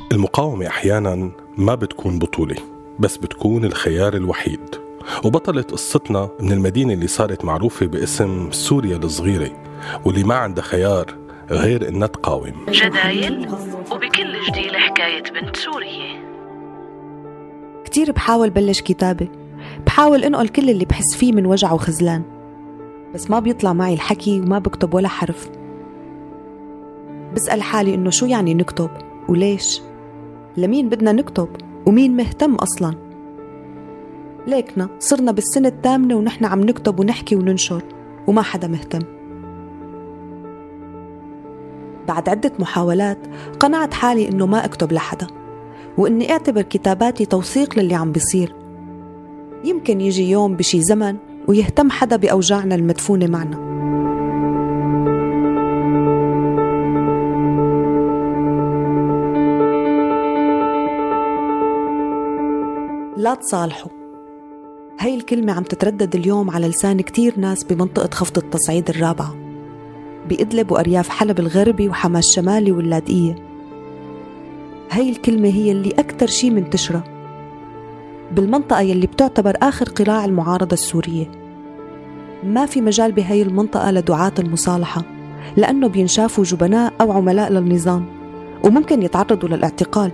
المقاومة أحياناً ما بتكون بطولة، بس بتكون الخيار الوحيد. وبطلة قصتنا من المدينة اللي صارت معروفة باسم سوريا الصغيرة، واللي ما عندها خيار غير إنها تقاوم. جدايل وبكل جديد حكاية بنت سورية. كتير بحاول بلش كتابة، بحاول انقل كل اللي بحس فيه من وجع وخزلان، بس ما بيطلع معي الحكي وما بكتب ولا حرف. بسأل حالي إنه شو يعني نكتب وليش؟ لمين بدنا نكتب ومين مهتم أصلاً؟ ليكنا صرنا بالسنة الثامنة ونحن عم نكتب ونحكي وننشر وما حدا مهتم. بعد عدة محاولات قنعت حالي إنه ما أكتب لحدا، وإني أعتبر كتاباتي توثيق للي عم بيصير. يمكن يجي يوم بشي زمن ويهتم حدا بأوجاعنا المدفونة معنا. لا تصالحوا، هاي الكلمة عم تتردد اليوم على لسان كتير ناس بمنطقة خفض التصعيد الرابعة، بإدلب وأرياف حلب الغربي وحما الشمالي واللاذقية. هاي الكلمة هي اللي أكتر شي منتشرة بالمنطقة يلي بتعتبر آخر قلاع المعارضة السورية. ما في مجال بهاي المنطقة لدعاة المصالحة، لأنه بينشافوا جبناء أو عملاء للنظام وممكن يتعرضوا للاعتقال.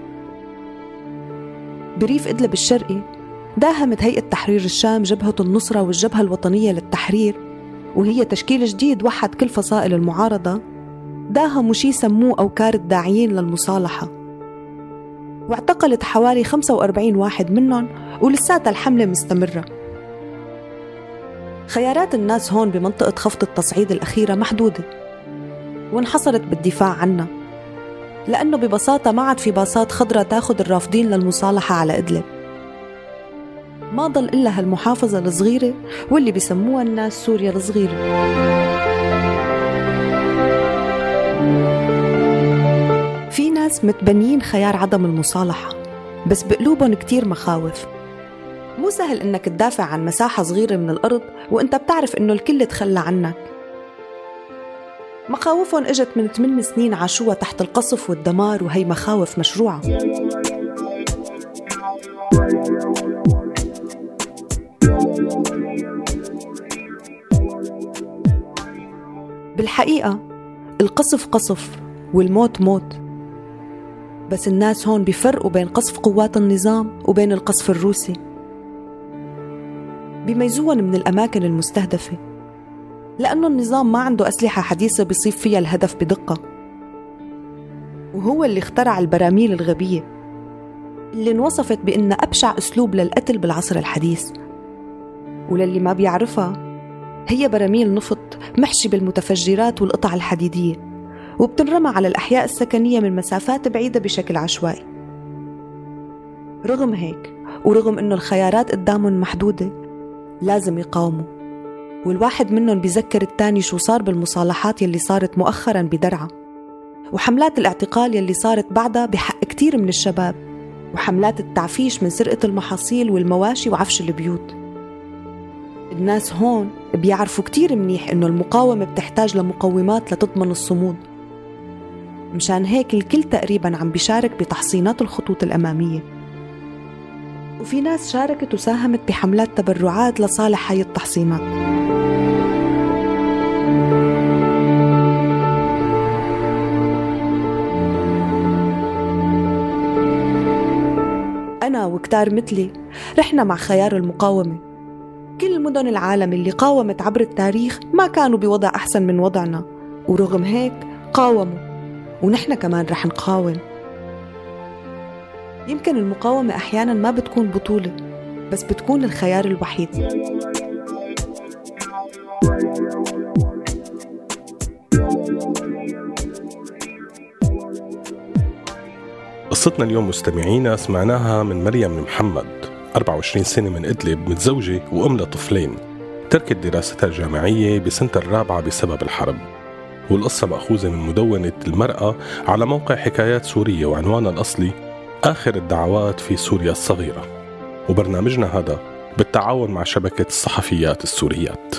بريف إدلب الشرقي داهمت هيئة تحرير الشام جبهة النصرة والجبهة الوطنية للتحرير، وهي تشكيل جديد وحد كل فصائل المعارضة. داهموا شي سموه أوكار الداعيين للمصالحة، واعتقلت حوالي 45 واحد منهم، ولساتها الحملة مستمرة. خيارات الناس هون بمنطقة خفض التصعيد الأخيرة محدودة، وانحصرت بالدفاع عنها، لأنه ببساطة ما عاد في باصات خضرة تاخد الرافضين للمصالحة على إدلب. ما ضل إلا هالمحافظة الصغيرة واللي بيسموها الناس سوريا الصغيرة. في ناس متبنيين خيار عدم المصالحة، بس بقلوبهم كتير مخاوف. مو سهل إنك تدافع عن مساحة صغيرة من الأرض وإنت بتعرف إنه الكل تخلى عنك. مخاوفهم اجت من 8 سنين عاشوها تحت القصف والدمار، وهي مخاوف مشروعة. بالحقيقة القصف قصف والموت موت، بس الناس هون بيفرقوا بين قصف قوات النظام وبين القصف الروسي. بيميزوهم من الأماكن المستهدفة، لأنه النظام ما عنده أسلحة حديثة بيصيب فيها الهدف بدقة، وهو اللي اخترع البراميل الغبية اللي انوصفت بأنها أبشع أسلوب للقتل بالعصر الحديث. وللي ما بيعرفها، هي براميل نفط محشي بالمتفجرات والقطع الحديدية، وبتنرمى على الأحياء السكنية من مسافات بعيدة بشكل عشوائي. رغم هيك ورغم أنه الخيارات قدامهم محدودة، لازم يقاوموا. والواحد منهم بيذكر التاني شو صار بالمصالحات يلي صارت مؤخراً بدرعا، وحملات الاعتقال يلي صارت بعدها بحق كتير من الشباب، وحملات التعفيش من سرقة المحاصيل والمواشي وعفش البيوت. الناس هون بيعرفوا كتير منيح إنه المقاومة بتحتاج لمقومات لتضمن الصمود. مشان هيك الكل تقريباً عم بيشارك بتحصينات الخطوط الأمامية، وفي ناس شاركت وساهمت بحملات تبرعات لصالح هاي التحصينات. أنا وكتار مثلي رحنا مع خيار المقاومة. كل مدن العالم اللي قاومت عبر التاريخ ما كانوا بوضع أحسن من وضعنا، ورغم هيك قاوموا، ونحن كمان رح نقاوم. يمكن المقاومة أحياناً ما بتكون بطولة، بس بتكون الخيار الوحيد. قصتنا اليوم مستمعينا سمعناها من مريم محمد، 24 سنة، من إدلب، متزوجة وأم لطفلين. تركت دراستها الجامعية بسنة الرابعة بسبب الحرب. والقصة مأخوذة من مدونة المرأة على موقع حكايات سورية، وعنوانها الأصلي آخر الدعوات في سوريا الصغيرة. وبرنامجنا هذا بالتعاون مع شبكة الصحفيات السوريات.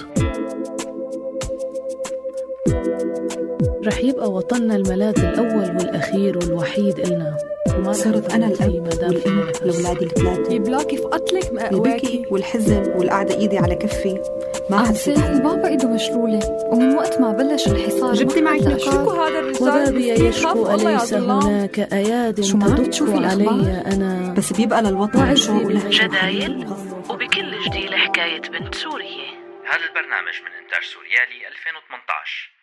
رح يبقى وطننا الملاذ الأول والأخير والوحيد إلنا، صرت أنا الأب والأم لأولادي الثلاثة. يبلاكي في قتلك مقواكي. البكي والحزن والقعدة إيدي على كفي ما عم حسيت. البابا إيده مشلولة، ومن وقت ما بلش الحصار جبتي معك نقاط. هذا الرجال وبابي يشكو أليس هناك أياد تدق علي أنا، بس بيبقى للوطن شوق ولهجة. جدايل وبكل جديد حكاية بنت سورية. هذا البرنامج من إنتاج سوريالي 2018.